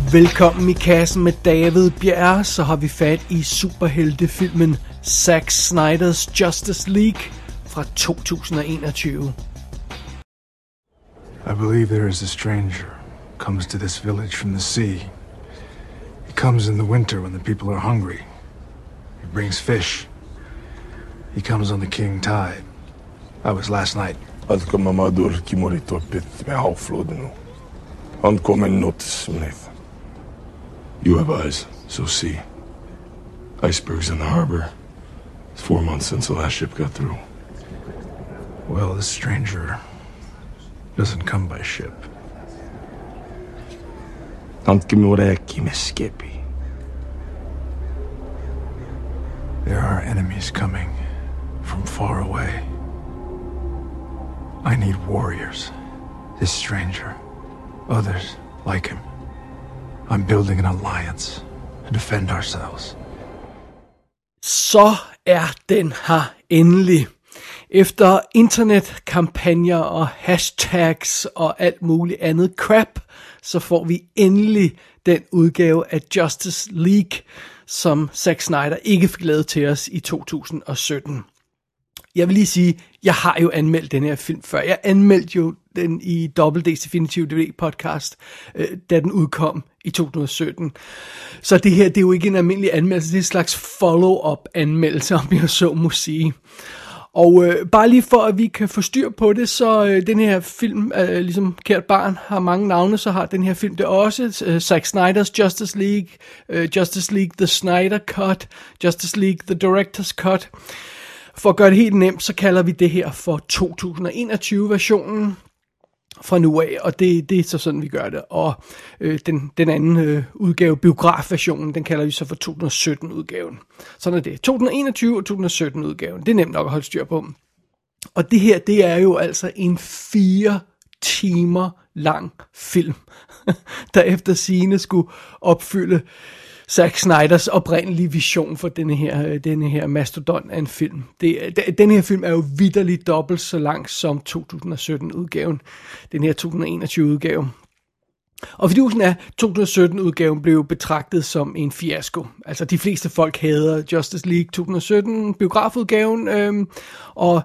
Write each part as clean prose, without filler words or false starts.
Velkommen i kassen med David Bjerre, så har vi fat i superheltefilmen Zack Snyders Justice League fra 2021. I believe there is a stranger comes to this village from the sea. He comes in the winter when the people are hungry. He brings fish. He comes on the king tide. That was last night. You have eyes, so see. Icebergs in the harbor. It's 4 months since the last ship got through. Well, this stranger doesn't come by ship. There are enemies coming from far away. I need warriors. This stranger, others like him. I'm building an alliance to defend ourselves. Så er den her endelig. Efter internetkampagner og hashtags og alt muligt andet crap, så får vi endelig den udgave af Justice League, som Zack Snyder ikke fik lavet til os i 2017. Jeg vil lige sige, jeg har jo anmeldt den her film før. Jeg anmeldte jo den i WD's Definitive DVD podcast, da den udkom i 2017. Så det her, det er jo ikke en almindelig anmeldelse, det er en slags follow-up anmeldelse, om jeg så må sige. Og bare lige for at vi kan få styr på det, så den her film, ligesom Kært Barn har mange navne, så har den her film det også. Zack Snyders Justice League, Justice League The Snyder Cut, Justice League The Director's Cut. For at gøre det helt nemt, så kalder vi det her for 2021-versionen fra nu af, og det er så sådan, vi gør det. Og den anden udgave, biografversionen, den kalder vi så for 2017-udgaven. Sådan er det. 2021 og 2017-udgaven, det er nemt nok at holde styr på. Og det her, det er jo altså en 4 timer lang film, der efter sigende skulle opfylde Zack Snyders oprindelige vision for denne her mastodon af en film. Den her film er jo vitterligt dobbelt så lang som 2017-udgaven. Den her 2021-udgave. Og fidusen er, 2017-udgaven blev betragtet som en fiasko. Altså de fleste folk hader Justice League 2017 biografudgaven, og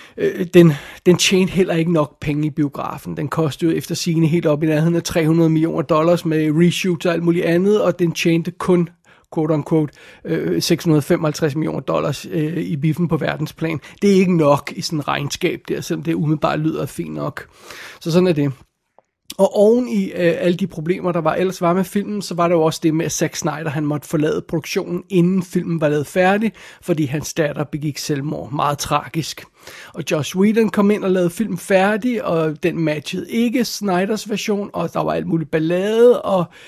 den tjente heller ikke nok penge i biografen. Den kostede efter sigende helt op i nærheden af $300 million med reshoots og alt muligt andet, og den tjente kun, quote unquote, $655 million i biffen på verdensplan. Det er ikke nok i sådan en regnskab der, selvom det umiddelbart lyder fint nok. Så sådan er det. Og oven i alle de problemer, der ellers var med filmen, så var der jo også det med, at Zack Snyder han måtte forlade produktionen, inden filmen var lavet færdig, fordi hans datter begik selvmord. Meget tragisk. Og Joss Whedon kom ind og lavede filmen færdig, og den matchede ikke Snyders version, og der var alt muligt ballade.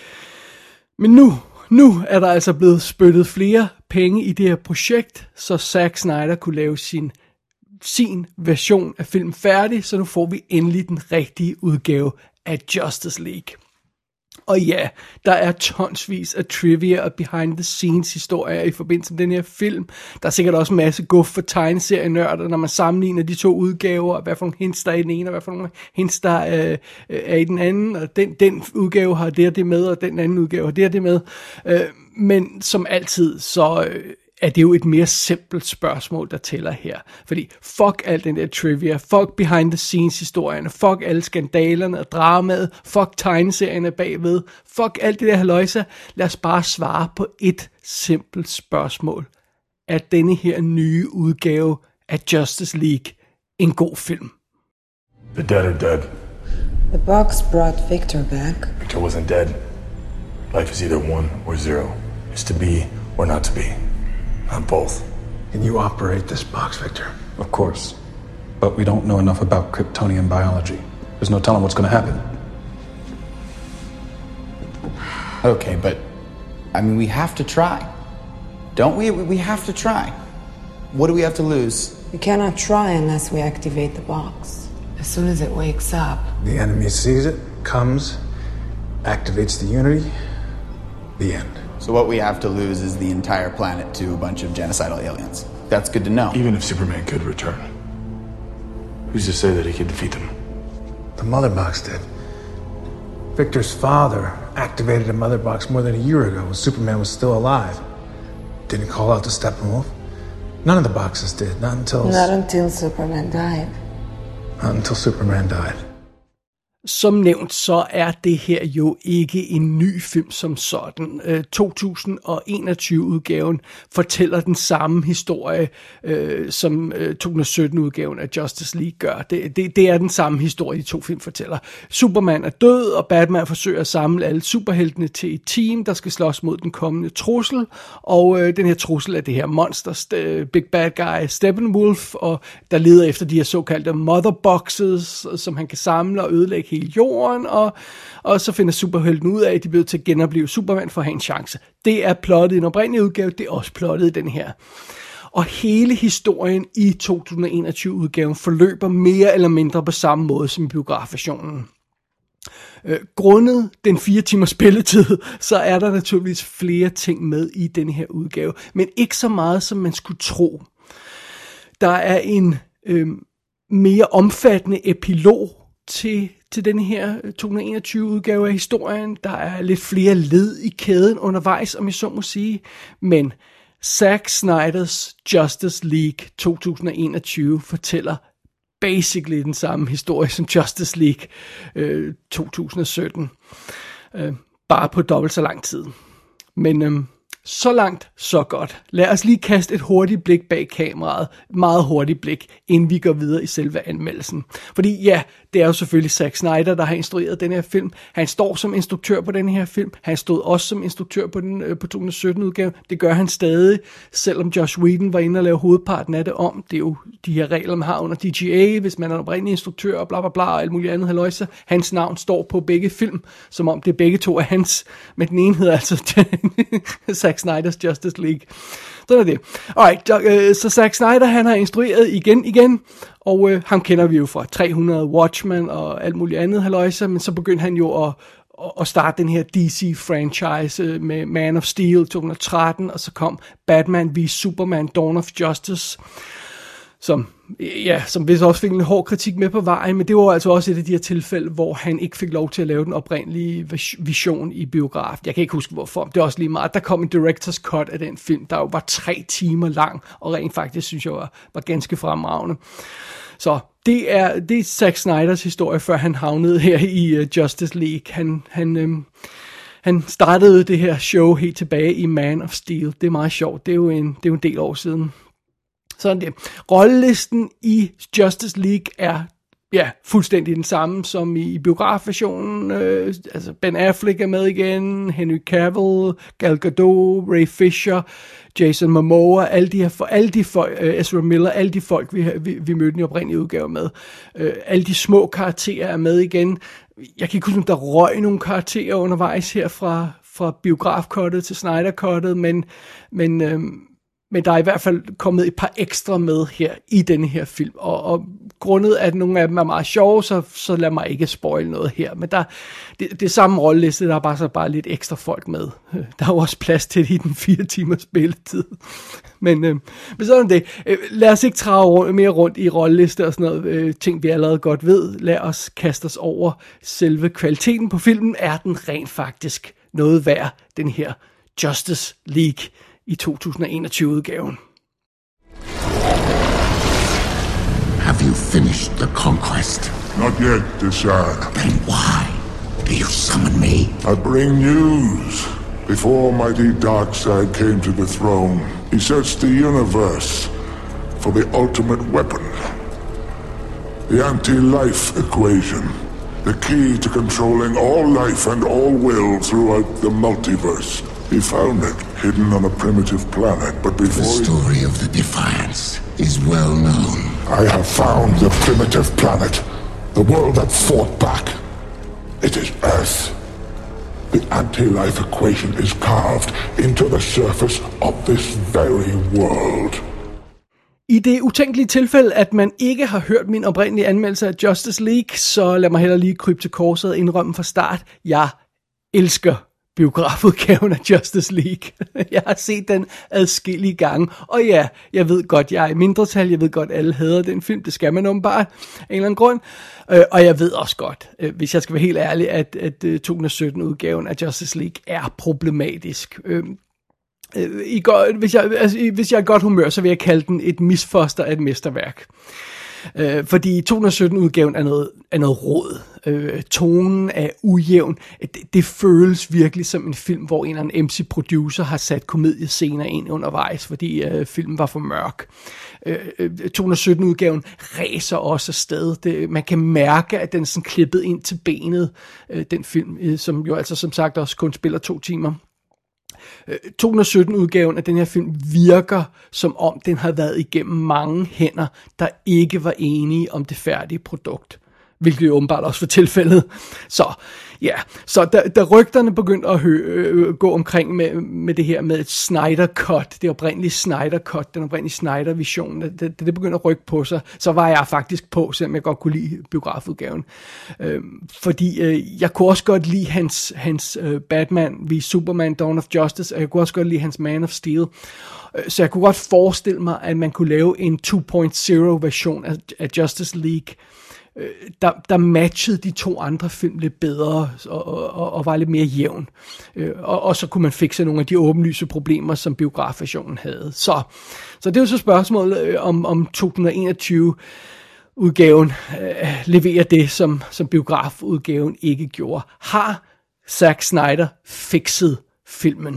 Men nu er der altså blevet spyttet flere penge i det her projekt, så Zack Snyder kunne lave sin version af filmen færdig, så nu får vi endelig den rigtige udgave af Justice League. Og ja, der er tonsvis af trivia og behind the scenes historier i forbindelse med den her film. Der er sikkert også en masse guf for tegneserienørder, når man sammenligner de to udgaver, hvad for nogle hints der er i den ene, og hvad for nogle hints der er i den anden, og den udgave har det og det med, og den anden udgave har det og det med. Men som altid, så er det jo et mere simpelt spørgsmål, der tæller her. Fordi fuck alt den der trivia, fuck behind the scenes historierne, fuck alle skandalerne og dramaet, fuck tegneserierne bagved, fuck alt det der halløjsa. Lad os bare svare på et simpelt spørgsmål. Er denne her nye udgave af Justice League en god film? The dead are dead. The box brought Victor back. Victor wasn't dead. Life is either 1 or 0. It's to be or not to be. Not both. Can you operate this box, Victor? Of course. But we don't know enough about Kryptonian biology. There's no telling what's going to happen. Okay, but I mean, we have to try. Don't we? We have to try. What do we have to lose? We cannot try unless we activate the box. As soon as it wakes up. The enemy sees it, comes, activates the Unity, the end. So what we have to lose is the entire planet to a bunch of genocidal aliens. That's good to know. Even if Superman could return, who's to say that he could defeat them? The Mother Box did. Victor's father activated a mother box more than a year ago when Superman was still alive. Didn't call out to Steppenwolf. None of the boxes did, not until Superman died. Not until Superman died. Som nævnt, så er det her jo ikke en ny film som sådan. 2021-udgaven fortæller den samme historie, som 2017-udgaven af Justice League gør. Det er den samme historie, de to film fortæller. Superman er død, og Batman forsøger at samle alle superheltene til et team, der skal slås mod den kommende trussel. Og den her trussel er det her monster, Big Bad Guy Steppenwolf, og der leder efter de her såkaldte mother boxes, som han kan samle og ødelægge hele jorden, og så finder superhelten ud af, at de bliver til at genopleve Superman for at have en chance. Det er plottet i en oprindelig udgave, det er også plottet i den her. Og hele historien i 2021-udgaven forløber mere eller mindre på samme måde som i biografversionen. Grundet den 4 timers spilletid, så er der naturligvis flere ting med i den her udgave, men ikke så meget, som man skulle tro. Der er en mere omfattende epilog til den her 2021-udgave af historien. Der er lidt flere led i kæden undervejs, om jeg så må sige. Men Zack Snyders Justice League 2021 fortæller basically den samme historie som Justice League 2017. Bare på dobbelt så lang tid. Men så langt, så godt. Lad os lige kaste et hurtigt blik bag kameraet. Meget hurtigt blik, inden vi går videre i selve anmeldelsen. Fordi ja, det er jo selvfølgelig Zack Snyder, der har instrueret den her film. Han står som instruktør på den her film. Han stod også som instruktør på den på 2017-udgave. Det gør han stadig, selvom Joss Whedon var inde og lave hovedparten af det om. Det er jo de her regler, man har under DGA, hvis man er en oprindelig instruktør og bla bla bla og alt muligt andet halløjse. Hans navn står på begge film, som om det begge to er hans. Men den ene hedder altså Zack Snyders Justice League. Sådan er det. Alright, så Zack Snyder, han har instrueret igen, og ham kender vi jo fra 300, Watchmen og alt muligt andet halløjse, men så begyndte han jo at starte den her DC-franchise med Man of Steel 2013, og så kom Batman v Superman Dawn of Justice, som vist også fik en hård kritik med på vejen, men det var altså også et af de her tilfælde, hvor han ikke fik lov til at lave den oprindelige vision i biograf. Jeg kan ikke huske hvorfor, det er også lige meget. Der kom en director's cut af den film, der jo var 3 timer lang, og rent faktisk synes jeg var ganske fremragende. Så det er Zack Snyders historie, før han havnede her i Justice League. Han startede det her show helt tilbage i Man of Steel. Det er meget sjovt, det er jo en del år siden. Sådan det. Rollelisten i Justice League er fuldstændig den samme som i biografversionen. Altså Ben Affleck er med igen, Henry Cavill, Gal Gadot, Ray Fisher, Jason Momoa, alle de folk, Ezra Miller, alle de folk, vi mødte i oprindelige udgave med. Alle de små karakterer er med igen. Jeg kan ikke huske, om der røg nogle karakterer undervejs her fra biografkottet til Snyder-kottet, men der er i hvert fald kommet et par ekstra med her i denne her film, og grundet at nogle af dem er meget sjove, så lad mig ikke spoil noget her, men det er samme rolleliste, der er bare lidt ekstra folk med. Der er jo også plads til det i den 4 timers spilletid. Men sådan det. Lad os ikke trage mere rundt i rolleliste og sådan noget, ting vi allerede godt ved. Lad os kaste os over selve kvaliteten på filmen. Er den rent faktisk noget værd, den her Justice League i 2021-udgaven. Have you finished the conquest? Not yet, Deshaun. Then why do you summon me? I bring news. Before mighty Darkseid came to the throne, he searched the universe for the ultimate weapon. The anti-life equation. The key to controlling all life and all will throughout the multiverse. He found it, hidden on a primitive planet, but before The story of the Defiance is well known. I have found the primitive planet, the world that fought back. It is Earth. The anti-life equation is carved into the surface of this very world. I det utænkelige tilfælde, at man ikke har hørt min oprindelige anmeldelse af Justice League, så lad mig heller lige krybe til korset og indrømme fra start. Jeg elsker biografudgaven af Justice League. Jeg har set den adskillige gange, og ja, jeg ved godt, jeg er i mindretal, jeg ved godt, alle hader den film, det skal man åbenbart af en eller anden grund, og jeg ved også godt, hvis jeg skal være helt ærlig, at 2017-udgaven af Justice League er problematisk. Hvis jeg er i godt humør, så vil jeg kalde den et misfoster af et mesterværk. Fordi 217-udgaven er noget råd. Tonen er ujævn. Det føles virkelig som en film, hvor en eller anden MC-producer har sat komediescener ind undervejs, fordi filmen var for mørk. 217-udgaven ræser også afsted. Man kan mærke, at den er sådan klippet ind til benet, den film, som jo altså som sagt også kun spiller 2 timer. 217-udgaven af den her film virker, som om den har været igennem mange hænder, der ikke var enige om det færdige produkt. Hvilket jo åbenbart også var tilfældet. Så da rygterne begyndte at gå omkring med det her med et Snyder Cut, det oprindelige Snyder Cut, den oprindelige Snyder-vision, det begyndte at rykke på sig, så var jeg faktisk på, selvom jeg godt kunne lide biografudgaven. Fordi jeg kunne også godt lide hans Batman v Superman Dawn of Justice, og jeg kunne også godt lide hans Man of Steel. Så jeg kunne godt forestille mig, at man kunne lave en 2.0 version af Justice League, der matchede de 2 andre film lidt bedre og var lidt mere jævn. Og så kunne man fikse nogle af de åbenlyse problemer, som biografversionen havde. Så det er jo så spørgsmålet, om 2021-udgaven leverer det, som biografudgaven ikke gjorde. Har Zack Snyder fikset filmen?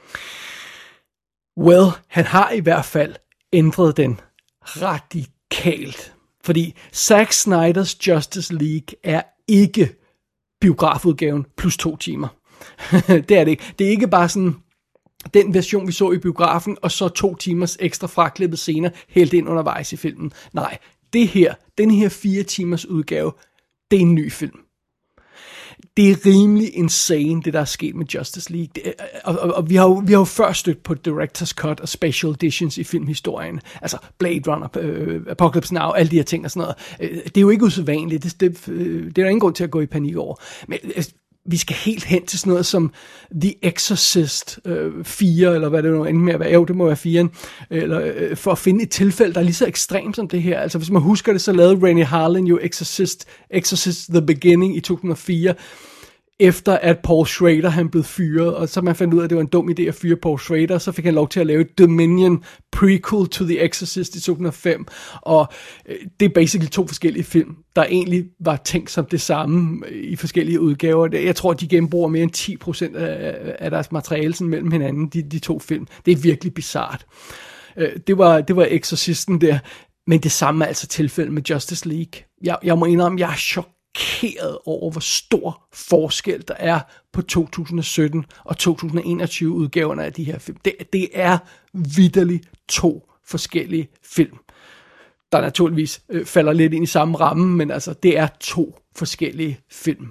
Well, han har i hvert fald ændret den radikalt. Fordi Zack Snyders Justice League er ikke biografudgaven plus 2 timer. Det er det ikke. Det er ikke bare sådan den version, vi så i biografen, og så 2 timers ekstra fraklippet scener hældt ind undervejs i filmen. Nej, den her 4 timers udgave, det er en ny film. Det er rimelig insane, det der er sket med Justice League. Og vi har jo før stødt på Director's Cut og Special Editions i filmhistorien. Altså Blade Runner, Apocalypse Now, alle de her ting og sådan noget. Det er jo ikke usædvanligt. Det er der ingen grund til at gå i panik over. Men vi skal helt hen til sådan noget som The Exorcist 4, eller hvad det nu endte med at være. Jo, det må være 4'en. Eller for at finde et tilfælde, der er lige så ekstremt som det her. Altså hvis man husker det, så lavede Rennie Harlin jo Exorcist The Beginning i 2004, efter at Paul Schrader han blev fyret, og så man fandt ud af, at det var en dum idé at fyre Paul Schrader, så fik han lov til at lave Dominion prequel to The Exorcist i 2005, og det er basically 2 forskellige film, der egentlig var tænkt som det samme i forskellige udgaver. Jeg tror, de genbruger mere end 10% af deres materiale sådan mellem hinanden, de 2 film. Det er virkelig bizart. Det var Exorcisten der, men det samme er altså tilfældet med Justice League. Jeg må indrømme, jeg er chokeret over, hvor stor forskel der er på 2017 og 2021 udgaverne af de her film. Det er vitterligt 2 forskellige film, der naturligvis falder lidt ind i samme ramme, men altså det er 2 forskellige film.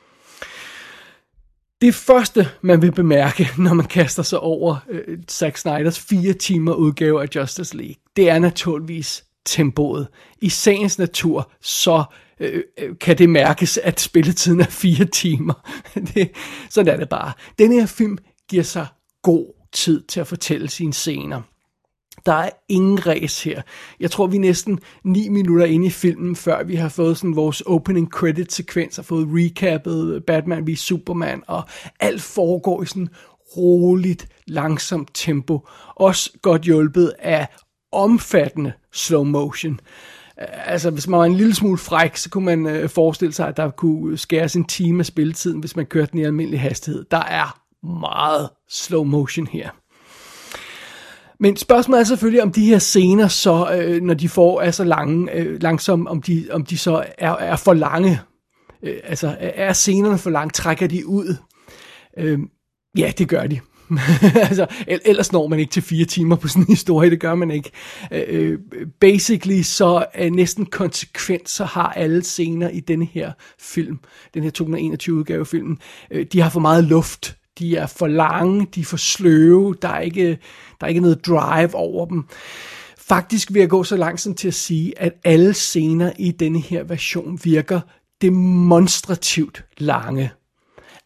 Det første, man vil bemærke, når man kaster sig over Zack Snyders 4 timer udgave af Justice League, det er naturligvis tempoet. I sagens natur, så kan det mærkes, at spilletiden er 4 timer. Sådan er det bare. Denne her film giver sig god tid til at fortælle sine scener. Der er ingen ræs her. Jeg tror, vi er næsten 9 minutter inde i filmen, før vi har fået sådan vores opening credit sekvens, og fået recappet Batman v Superman, og alt foregår i sådan roligt, langsomt tempo. Også godt hjulpet af omfattende slow motion. Altså, hvis man var en lille smule fræk, så kunne man forestille sig, at der kunne skæres en time af spilletiden, hvis man kørte den i almindelig hastighed. Der er meget slow motion her. Men spørgsmålet er selvfølgelig, om de her scener så, når de får er så langsomme, om de så er for lange. Altså, er scenerne for lange? Trækker de ud? Ja, det gør de. Altså, ellers når man ikke til 4 timer på sådan en historie, det gør man ikke. Basically så næsten konsekvenser har alle scener i denne her film, den her 2021 udgave filmen. De har for meget luft, de er for lange, de er for sløve, der er ikke noget drive over dem. Faktisk vil jeg gå så langsomt til at sige, at alle scener i denne her version virker demonstrativt lange.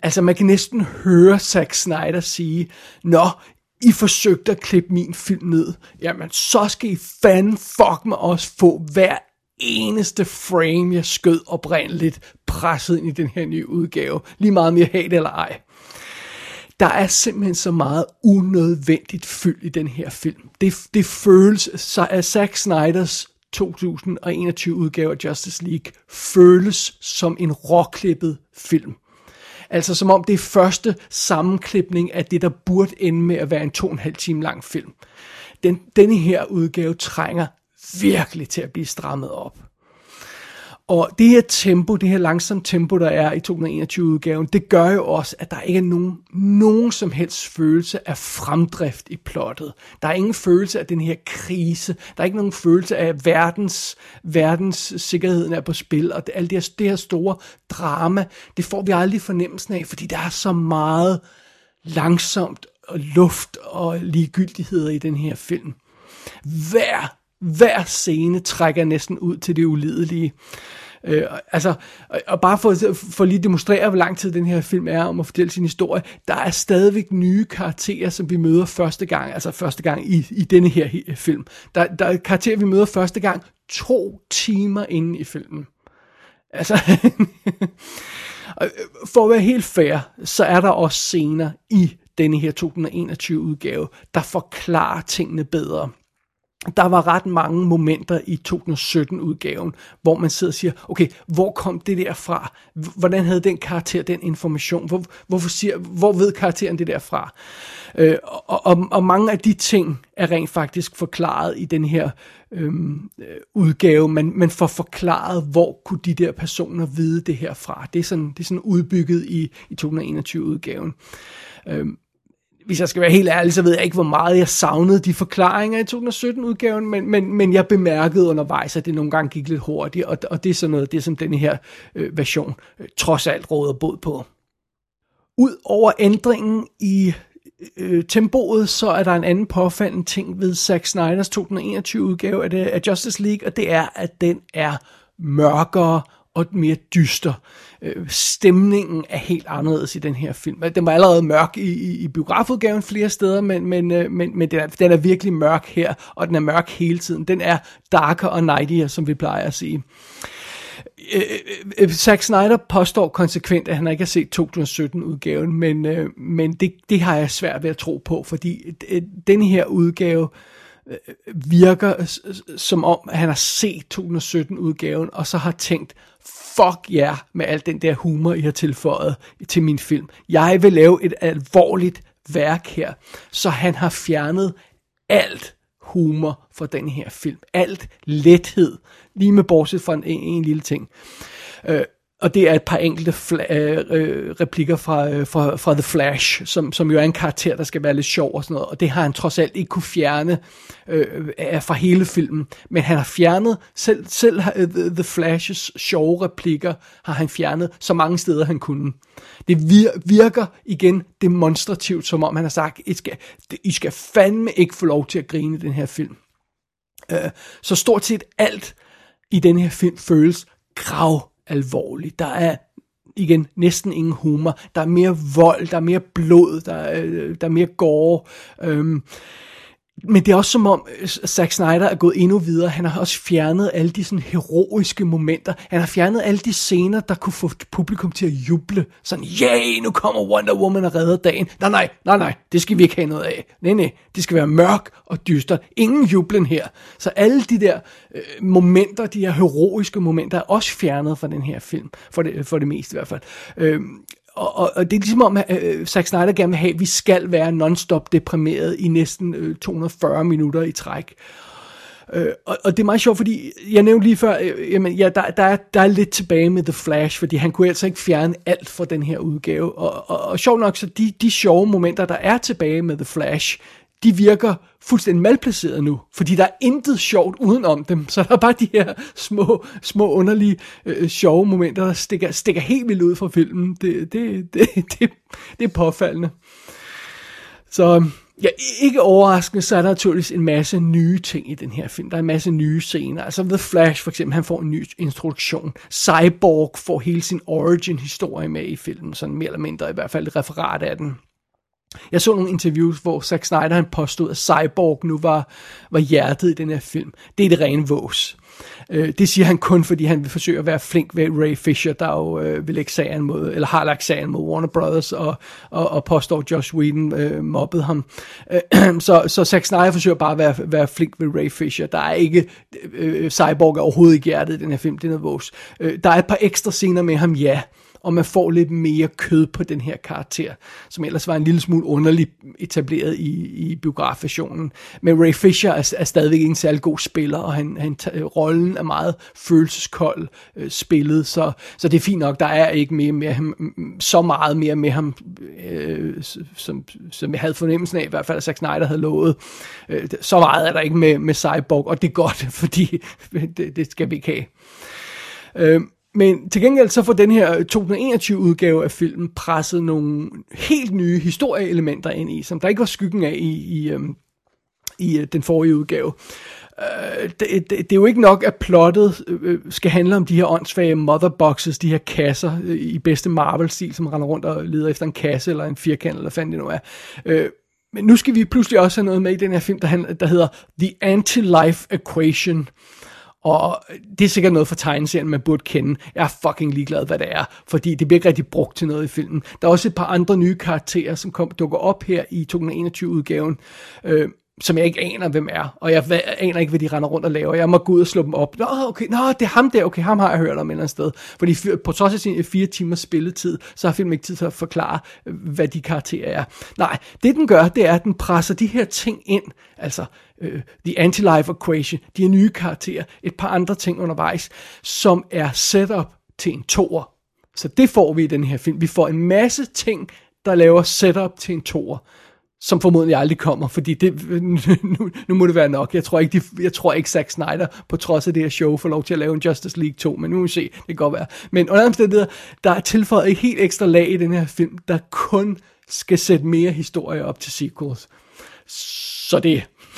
Altså, man kan næsten høre Zack Snyder sige, nå, I forsøgte at klippe min film ned. Jamen, så skal I fandme fuck med os få hver eneste frame, jeg skød oprindeligt presset ind i den her nye udgave. Lige meget om jeg hater det eller ej. Der er simpelthen så meget unødvendigt fyld i den her film. Det føles, så af Zack Snyders 2021 udgave af Justice League føles som en råklippet film. Altså som om det er første sammenklipning af det, der burde ende med at være en 2,5 time lang film. Denne her udgave trænger virkelig til at blive strammet op. Og det her tempo, det her langsomme tempo, der er i 2021-udgaven, det gør jo også, at der ikke er nogen som helst følelse af fremdrift i plottet. Der er ingen følelse af den her krise. Der er ikke nogen følelse af, at verdens sikkerheden er på spil. Og alt det her store drama, det får vi aldrig fornemmelsen af, fordi der er så meget langsomt og luft og ligegyldigheder i den her film. Hver scene trækker næsten ud til det ulidelige. Og bare for lige at demonstrere, hvor lang tid den her film er om at fortælle sin historie, der er stadigvæk nye karakterer, som vi møder første gang i denne her film. Der er karakterer, vi møder første gang 2 timer inde i filmen. Altså, for at være helt fair, så er der også scener i denne her 2021 udgave, der forklarer tingene bedre. Der var ret mange momenter i 2017-udgaven, hvor man sidder og siger, okay, hvor kom det der fra? Hvordan havde den karakter den information? Hvor ved karakteren det der fra? Og mange af de ting er rent faktisk forklaret i den her udgave. Man får forklaret, hvor kunne de der personer vide det her fra. Det er sådan udbygget i 2021-udgaven. Hvis jeg skal være helt ærlig, så ved jeg ikke, hvor meget jeg savnede de forklaringer i 2017-udgaven, men jeg bemærkede undervejs, at det nogle gange gik lidt hurtigt, og det er sådan noget, det som denne her version trods alt råder bod på. Ud over ændringen i tempoet, så er der en anden påfaldende ting ved Zack Snyders 2021-udgave af Justice League, og det er, at den er mørkere og mere dyster. Stemningen er helt anderledes i den her film. Den var allerede mørk i biografudgaven flere steder, men den er virkelig mørk her, og den er mørk hele tiden. Den er darker og nightier, som vi plejer at sige. Zack Snyder påstår konsekvent, at han ikke har set 2017-udgaven, men det har jeg svært ved at tro på, fordi denne her udgave virker som om, at han har set 2017-udgaven, og så har tænkt, fuck yeah, med al den der humor, I har tilføjet til min film. Jeg vil lave et alvorligt værk her. Så han har fjernet alt humor fra den her film. Alt lethed. Lige med bortset fra en lille ting. Og det er et par enkelte replikker fra The Flash, som jo er en karakter, der skal være lidt sjov og sådan noget. Og det har han trods alt ikke kunne fjerne fra hele filmen. Men han har fjernet, selv The Flash's sjove replikker, har han fjernet så mange steder, han kunne. Det virker igen demonstrativt, som om han har sagt, I skal fandme ikke få lov til at grine i den her film. Så stort set alt i den her film føles grav alvorligt. Der er igen næsten ingen humor. Der er mere vold, der er mere blod, der er mere gore. Men det er også som om Zack Snyder er gået endnu videre. Han har også fjernet alle de sådan heroiske momenter. Han har fjernet alle de scener, der kunne få publikum til at juble. Sådan, yay, nu kommer Wonder Woman og redder dagen. Nej, det skal vi ikke have noget af. Nej, det skal være mørk og dyster. Ingen jublen her. Så alle de der momenter, de her heroiske momenter, er også fjernet fra den her film. For det meste i hvert fald. Og det er ligesom om, at Zack Snyder gerne vil have, at vi skal være non-stop deprimeret i næsten 240 minutter i træk. Og det er meget sjovt, fordi jeg nævnte lige før, der er lidt tilbage med The Flash, fordi han kunne altså ikke fjerne alt fra den her udgave. Og sjovt nok, så de sjove momenter, der er tilbage med The Flash, de virker fuldstændig malplaceret nu, fordi der er intet sjovt udenom dem, så der er bare de her små underlige sjove momenter, der stikker helt vildt ud fra filmen. Det er påfaldende. Så Ja, ikke overraskende, så er der naturligvis en masse nye ting i den her film. Der er en masse nye scener. Altså The Flash for eksempel, han får en ny introduktion. Cyborg får hele sin origin-historie med i filmen, sådan mere eller mindre i hvert fald et referat af den. Jeg så nogle interviews, hvor Zack Snyder han påstod, at Cyborg nu var hjertet i den her film. Det er det rene vås. Det siger han kun, fordi han vil forsøge at være flink ved Ray Fisher, der jo vil lægge sagen mod, eller har lagt sagen mod Warner Brothers, og påstår, at Joss Whedon mobbede ham. Så Zack Snyder forsøger bare at være flink ved Ray Fisher. Der er ikke, Cyborg er overhovedet ikke hjertet i den her film, det er noget vås. Der er et par ekstra scener med ham, ja, og man får lidt mere kød på den her karakter, som ellers var en lille smule underligt etableret i biografversionen. Men Ray Fisher er stadigvæk ikke en særlig god spiller, og rollen er meget følelseskold spillet, så det er fint nok, der er ikke mere med ham, så meget mere med ham, som jeg havde fornemmelsen af, i hvert fald Zack Snyder havde lovet. Så meget er der ikke med Cyborg, og det er godt, fordi det skal vi ikke have. Men til gengæld så får den her 2021 udgave af filmen presset nogle helt nye historieelementer ind i, som der ikke var skyggen af i den forrige udgave. Det er jo ikke nok, at plottet skal handle om de her åndssvage motherboxes, de her kasser i bedste Marvel-stil, som render rundt og leder efter en kasse eller en firkant, eller hvad fanden det nu er. Men nu skal vi pludselig også have noget med i den her film, der hedder The Anti-Life Equation. Og det er sikkert noget for tegneserien, man burde kende. Jeg er fucking ligeglad, hvad det er, fordi det bliver ikke rigtig brugt til noget i filmen. Der er også et par andre nye karakterer, som dukker op her i 2021-udgaven, som jeg ikke aner, hvem er. Og jeg aner ikke, hvad de render rundt og laver. Jeg må gå ud og slå dem op. Nå, det er ham der. Okay, ham har jeg hørt om et eller andet sted. Fordi på trods af sin 4 timers spilletid, så har filmen ikke tid til at forklare, hvad de karakterer er. Nej, det den gør, det er, at den presser de her ting ind. Altså, The Anti-Life Equation, de her nye karakterer, et par andre ting undervejs, som er setup til en toer. Så det får vi i den her film. Vi får en masse ting, der laver setup til en toer, som formodentlig aldrig kommer, fordi nu må det være nok. Jeg tror ikke Zack Snyder, på trods af det her show, får lov til at lave en Justice League 2, men nu må vi se, det kan godt være. Men under omstændigheder, der er tilføjet et helt ekstra lag i den her film, der kun skal sætte mere historie op til sequels. Så det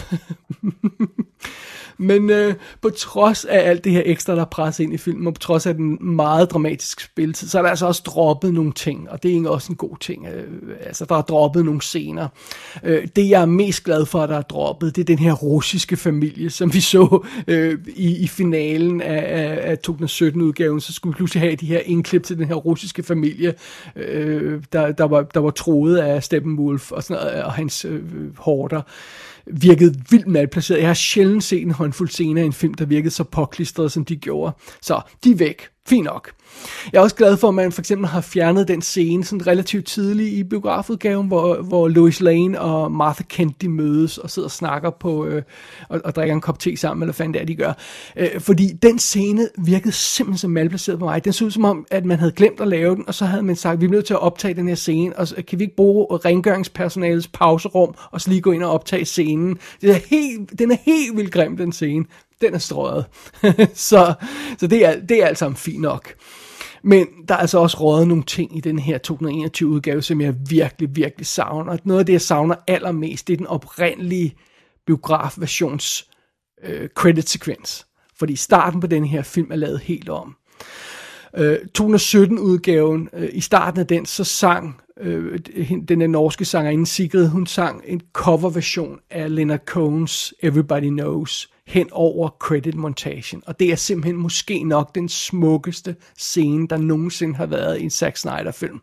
Men på trods af alt det her ekstra, der er presset ind i filmen, og på trods af den meget dramatiske spilletid, så er der altså også droppet nogle ting, og det er egentlig også en god ting. Altså, der er droppet nogle scener. Det, jeg er mest glad for, at der er droppet, det er den her russiske familie, som vi så i finalen af 2017-udgaven. Så skulle vi pludselig have de her indklip til den her russiske familie, der var troet af Steppenwolf og sådan noget, og hans horder. Virkede vildt malplaceret. Jeg har sjældent set en håndfuld scener i en film, der virkede så påklistret, som de gjorde. Så de er væk. Fint nok. Jeg er også glad for, at man for eksempel har fjernet den scene sådan relativt tidligt i biografudgaven, hvor Lois Lane og Martha Kent de mødes og sidder og snakker på og drikker en kop te sammen, eller hvad fanden det er, de gør. Fordi den scene virkede simpelthen så malplaceret på mig. Den så ud som om, at man havde glemt at lave den, og så havde man sagt, vi er nødt til at optage den her scene, og kan vi ikke bruge rengøringspersonalets pauserum, og så lige gå ind og optage scenen. Den er helt vildt grim, den scene. Den er strøget. så det er alt sammen fint nok. Men der er altså også røget nogle ting i den her 2021-udgave, som jeg virkelig, virkelig savner. Noget af det, jeg savner allermest, det er den oprindelige biografversions credit-sekvens. Fordi starten på den her film er lavet helt om. 2017-udgaven, i starten af den, så sang den der norske sangerinde Sigrid, hun sang en coverversion af Leonard Cohen's Everybody Knows hen over credit-montagen. Og det er simpelthen måske nok den smukkeste scene, der nogensinde har været i en Zack Snyder-film.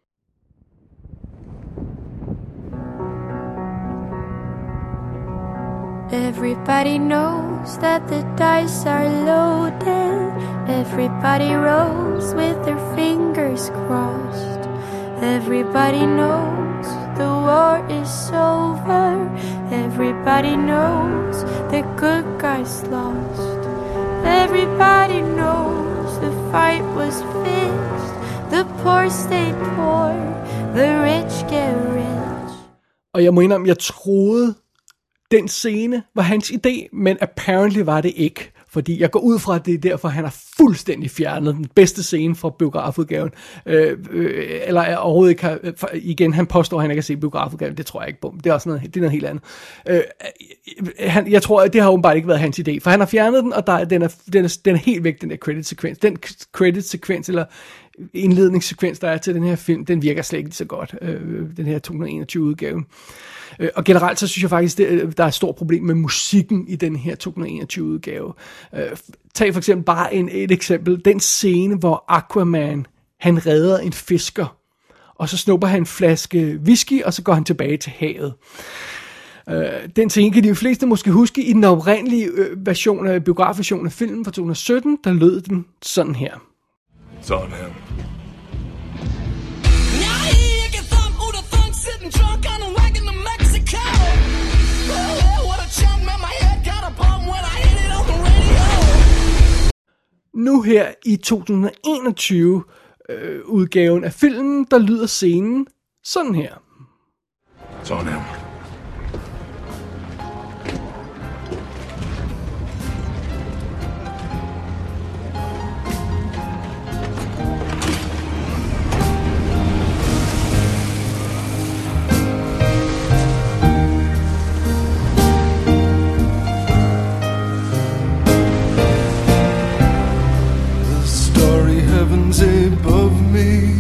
Everybody knows that the dice are loaded. Everybody rolls with their fingers crossed. Everybody knows the war is over. Everybody knows the good guys lost. Everybody knows the fight was fixed. The poor stay poor, the rich get rich. Og jeg må indrømme, jeg troede, den scene var hans idé, men apparently var det ikke. Fordi jeg går ud fra, at det er derfor, han har fuldstændig fjernet den bedste scene fra biografudgaven. Eller overhovedet ikke har, igen, han påstår, at han ikke har set biografudgaven. Det tror jeg ikke på. Det er også noget, det er noget helt andet. Jeg tror, at det har åbenbart ikke været hans idé. For han har fjernet den, og den er helt væk, den der credit-sekvens. Den credit-sekvens, eller indledningssekvens, der er til den her film, den virker slet ikke så godt. Den her 2021-udgave. Og generelt så synes jeg faktisk, der er et stort problem med musikken i den her 2021-udgave. Tag for eksempel bare et eksempel. Den scene, hvor Aquaman, han redder en fisker, og så snupper han en flaske whisky, og så går han tilbage til havet. Den scene kan de fleste måske huske. I den oprindelige biografversion af filmen fra 2017, der lød den sådan her. It's on him. Nu her i 2021 udgaven af filmen, der lyder scenen sådan her. It's on him. Above me.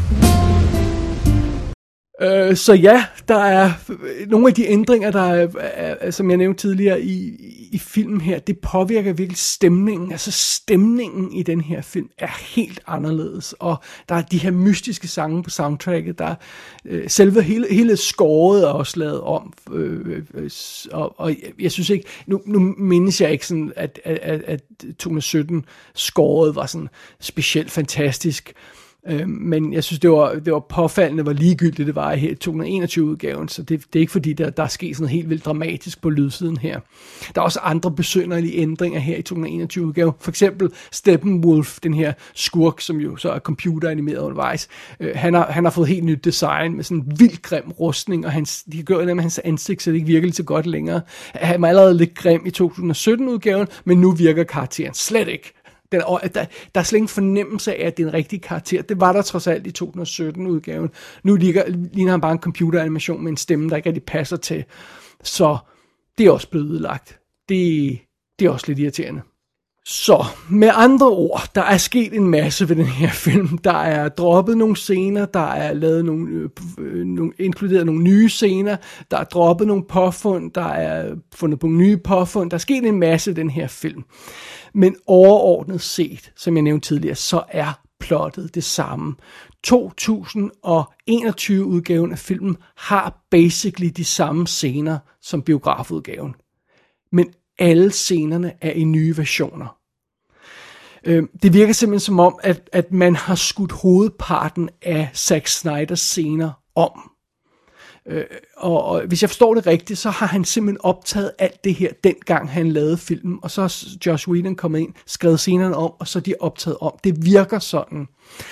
Så ja, der er nogle af de ændringer, der er, som jeg nævnte tidligere i filmen her, det påvirker virkelig stemningen. Altså stemningen i den her film er helt anderledes, og der er de her mystiske sange på soundtracket, der selve hele scoret er også lavet om, og jeg synes ikke, nu mindes jeg ikke sådan, at 2017 scoret var sådan specielt fantastisk. Men jeg synes, det var påfaldende, hvor ligegyldigt det var i 2021-udgaven, så det er ikke fordi, der er sket sådan noget helt vildt dramatisk på lydsiden her. Der er også andre besynderlige ændringer her i 2021-udgaven. For eksempel Steppenwolf, den her skurk, som jo så er computeranimeret undervejs. Han har fået helt nyt design med sådan en vildt grim rustning, og de gør det med hans ansigt, så det ikke virker lige så godt længere. Han var allerede lidt grim i 2017-udgaven, men nu virker karakteren slet ikke. Der er slet ingen fornemmelse af, at det er en rigtig karakter. Det var der trods alt i 2017-udgaven. Nu ligner han bare en computeranimation med en stemme, der ikke rigtig passer til. Så det er også blevet ødelagt. Det er også lidt irriterende. Så med andre ord, der er sket en masse ved den her film. Der er droppet nogle scener, der er lavet inkluderet nogle nye scener, der er droppet nogle påfund, der er fundet på nye påfund. Der er sket en masse i den her film. Men overordnet set, som jeg nævnte tidligere, så er plottet det samme. 2021-udgaven af filmen har basically de samme scener som biografudgaven. Men alle scenerne er i nye versioner. Det virker simpelthen som om, at man har skudt hovedparten af Zack Snyders scener om. Og hvis jeg forstår det rigtigt, så har han simpelthen optaget alt det her, dengang han lavede filmen, og så har Joss Whedon kommet ind, skrevet scenerne om, og så er de optaget om. Det virker sådan.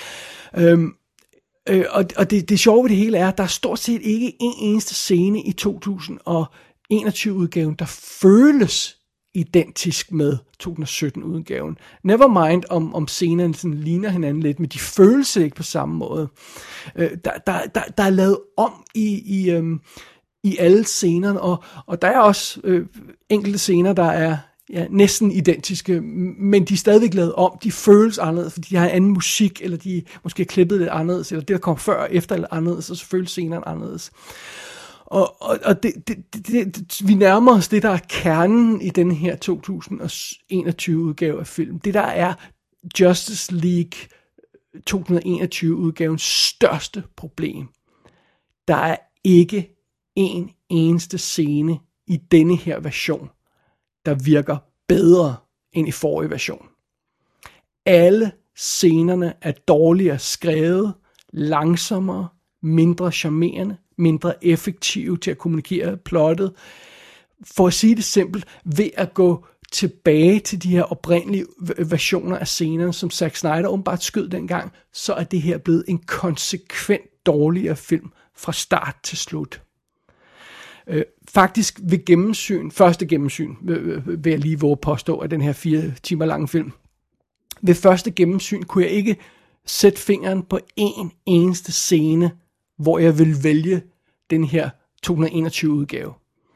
Og det sjove ved det hele er, at der er stort set ikke en eneste scene i 2021-udgaven, der føles identisk med 2017-udgaven. Never mind om scenerne sådan ligner hinanden lidt, men de føles ikke på samme måde. Der er lavet om i alle scenerne, og der er også enkelte scener, der er næsten identiske, men de er stadigvæk lavet om. De føles anderledes, fordi de har en anden musik, eller de måske er klippet lidt anderledes, eller det, der kommer før og efter, eller anderledes, og så føles scenerne anderledes. Og vi nærmer os det, der er kernen i den her 2021-udgave af film. Det, der er Justice League 2021-udgavens største problem. Der er ikke en eneste scene i denne her version, der virker bedre end i forrige version. Alle scenerne er dårligere skrevet, langsommere, mindre charmerende, mindre effektive til at kommunikere plottet. For at sige det simpelt, ved at gå tilbage til de her oprindelige versioner af scenerne, som Zack Snyder åbenbart skød dengang, så er det her blevet en konsekvent dårligere film fra start til slut. Faktisk ved første gennemsyn, vil jeg lige våge påstå, af den her 4 timer lange film. Ved første gennemsyn kunne jeg ikke sætte fingeren på en eneste scene, hvor jeg ville vælge den her 2021 udgave.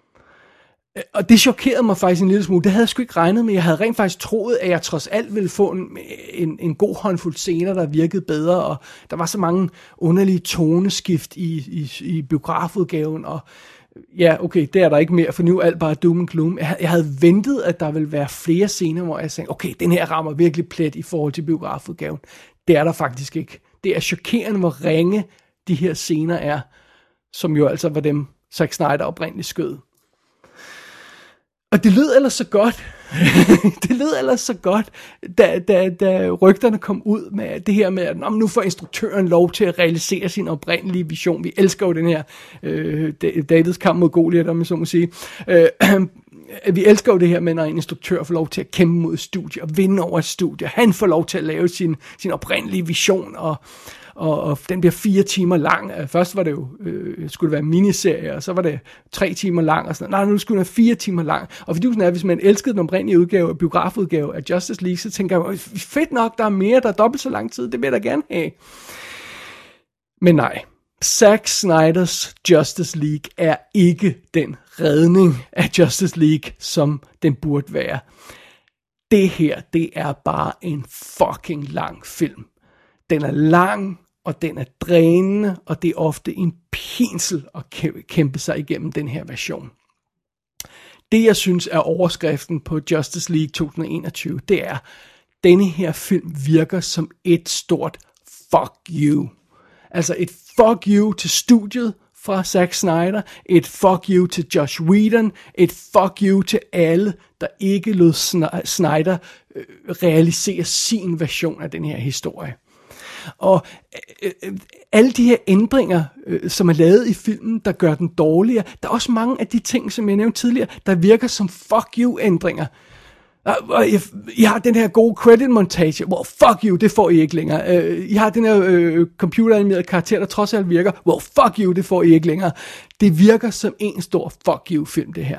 Og det chokerede mig faktisk en lille smule. Det havde jeg sgu ikke regnet med. Jeg havde rent faktisk troet, at jeg trods alt ville få en god håndfuld scener, der virkede bedre, og der var så mange underlige toneskift i biografudgaven, og ja, okay, det er der ikke mere, for nu er alt bare doom and gloom. Jeg havde ventet, at der ville være flere scener, hvor jeg sagde, okay, den her rammer virkelig plet i forhold til biografudgaven. Det er der faktisk ikke. Det er chokerende, hvor ringe de her scener er, som jo altså var dem, Zack Snyder oprindeligt skød. Og det lød ellers så godt. Det lød ellers så godt, da rygterne kom ud med det her med, at nu får instruktøren lov til at realisere sin oprindelige vision. Vi elsker jo den her Davids kamp mod Goliat, om jeg så må sige. Vi elsker jo det her med, når en instruktør får lov til at kæmpe mod et studie og vinde over et studie. Han får lov til at lave sin oprindelige vision, og den bliver 4 timer lang. Først var det jo, skulle det være en miniserie, og så var det 3 timer lang, og sådan noget. Nej, nu skulle det være 4 timer lang. Og fordi sådan er, hvis man elskede den oprindelige udgave, biografudgave af Justice League, så tænker jeg, fedt nok, der er mere, der er dobbelt så lang tid, det vil jeg da gerne have. Men nej, Zack Snyders Justice League er ikke den redning af Justice League, som den burde være. Det her, det er bare en fucking lang film. Den er lang, og den er drænende, og det er ofte en pinsel at kæmpe sig igennem den her version. Det, jeg synes er overskriften på Justice League 2021, det er, denne her film virker som et stort fuck you. Altså et fuck you til studiet fra Zack Snyder, et fuck you til Joss Whedon, et fuck you til alle, der ikke lod Snyder realisere sin version af den her historie. Og alle de her ændringer, som er lavet i filmen, der gør den dårligere, der er også mange af de ting, som jeg nævnte tidligere, der virker som fuck you ændringer. I har den her gode credit montage, well, fuck you, det får I ikke længere. I har den her computeranimerede karakter, der trods alt virker, well, fuck you, det får I ikke længere. Det virker som en stor fuck you film, det her.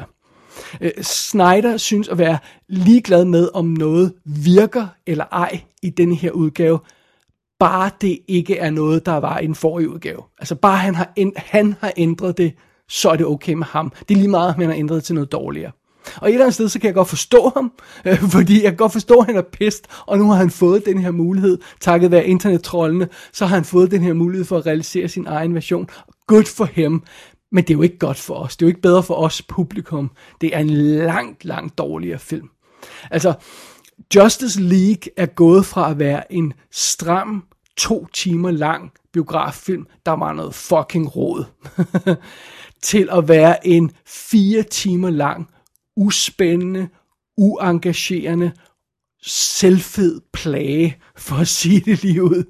Snyder synes at være ligeglad med, om noget virker eller ej i denne her udgave, bare det ikke er noget, der var i den forrige udgave. Altså bare han har ændret det, så er det okay med ham. Det er lige meget, at han har ændret det til noget dårligere. Og et eller andet sted, så kan jeg godt forstå ham, fordi jeg kan godt forstå, at han er pissed, og nu har han fået den her mulighed, takket være internettrollene, så har han fået den her mulighed for at realisere sin egen version. Good for ham, men det er jo ikke godt for os. Det er jo ikke bedre for os publikum. Det er en langt dårligere film. Altså, Justice League er gået fra at være en stram, 2 timer lang biograffilm, der var noget fucking rod, til at være en 4 timer lang, uspændende, uengagerende, selvfed plage, for at sige det lige ud.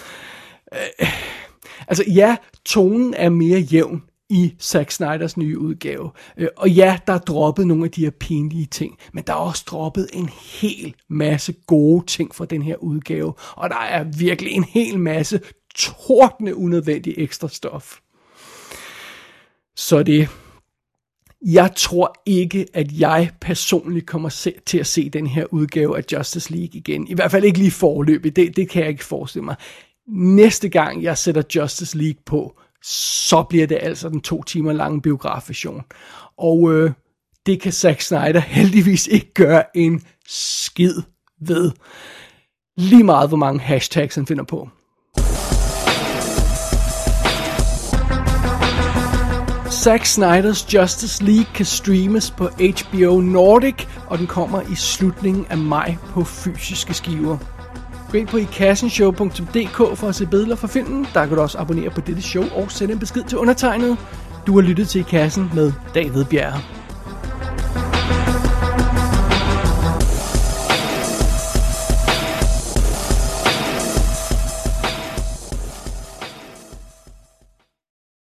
Altså ja, tonen er mere jævn i Zack Snyders nye udgave. Og ja, der er droppet nogle af de her pinlige ting, men der er også droppet en hel masse gode ting fra den her udgave, og der er virkelig en hel masse tordne unødvendig ekstra stof. Så det... Jeg tror ikke, at jeg personligt kommer til at se den her udgave af Justice League igen. I hvert fald ikke lige foreløbig. Det kan jeg ikke forestille mig. Næste gang jeg sætter Justice League på, så bliver det altså den 2 timer lange biografversion. Og det kan Zack Snyder heldigvis ikke gøre en skid ved. Lige meget hvor mange hashtags han finder på. Zack Snyders Justice League kan streames på HBO Nordic, og den kommer i slutningen af maj på fysiske skiver. Gå ind på ikassenshow.dk for at se billeder fra filmen. Der kan du også abonnere på dette show og sende en besked til undertegnet. Du har lyttet til I Kassen med David Bjerre.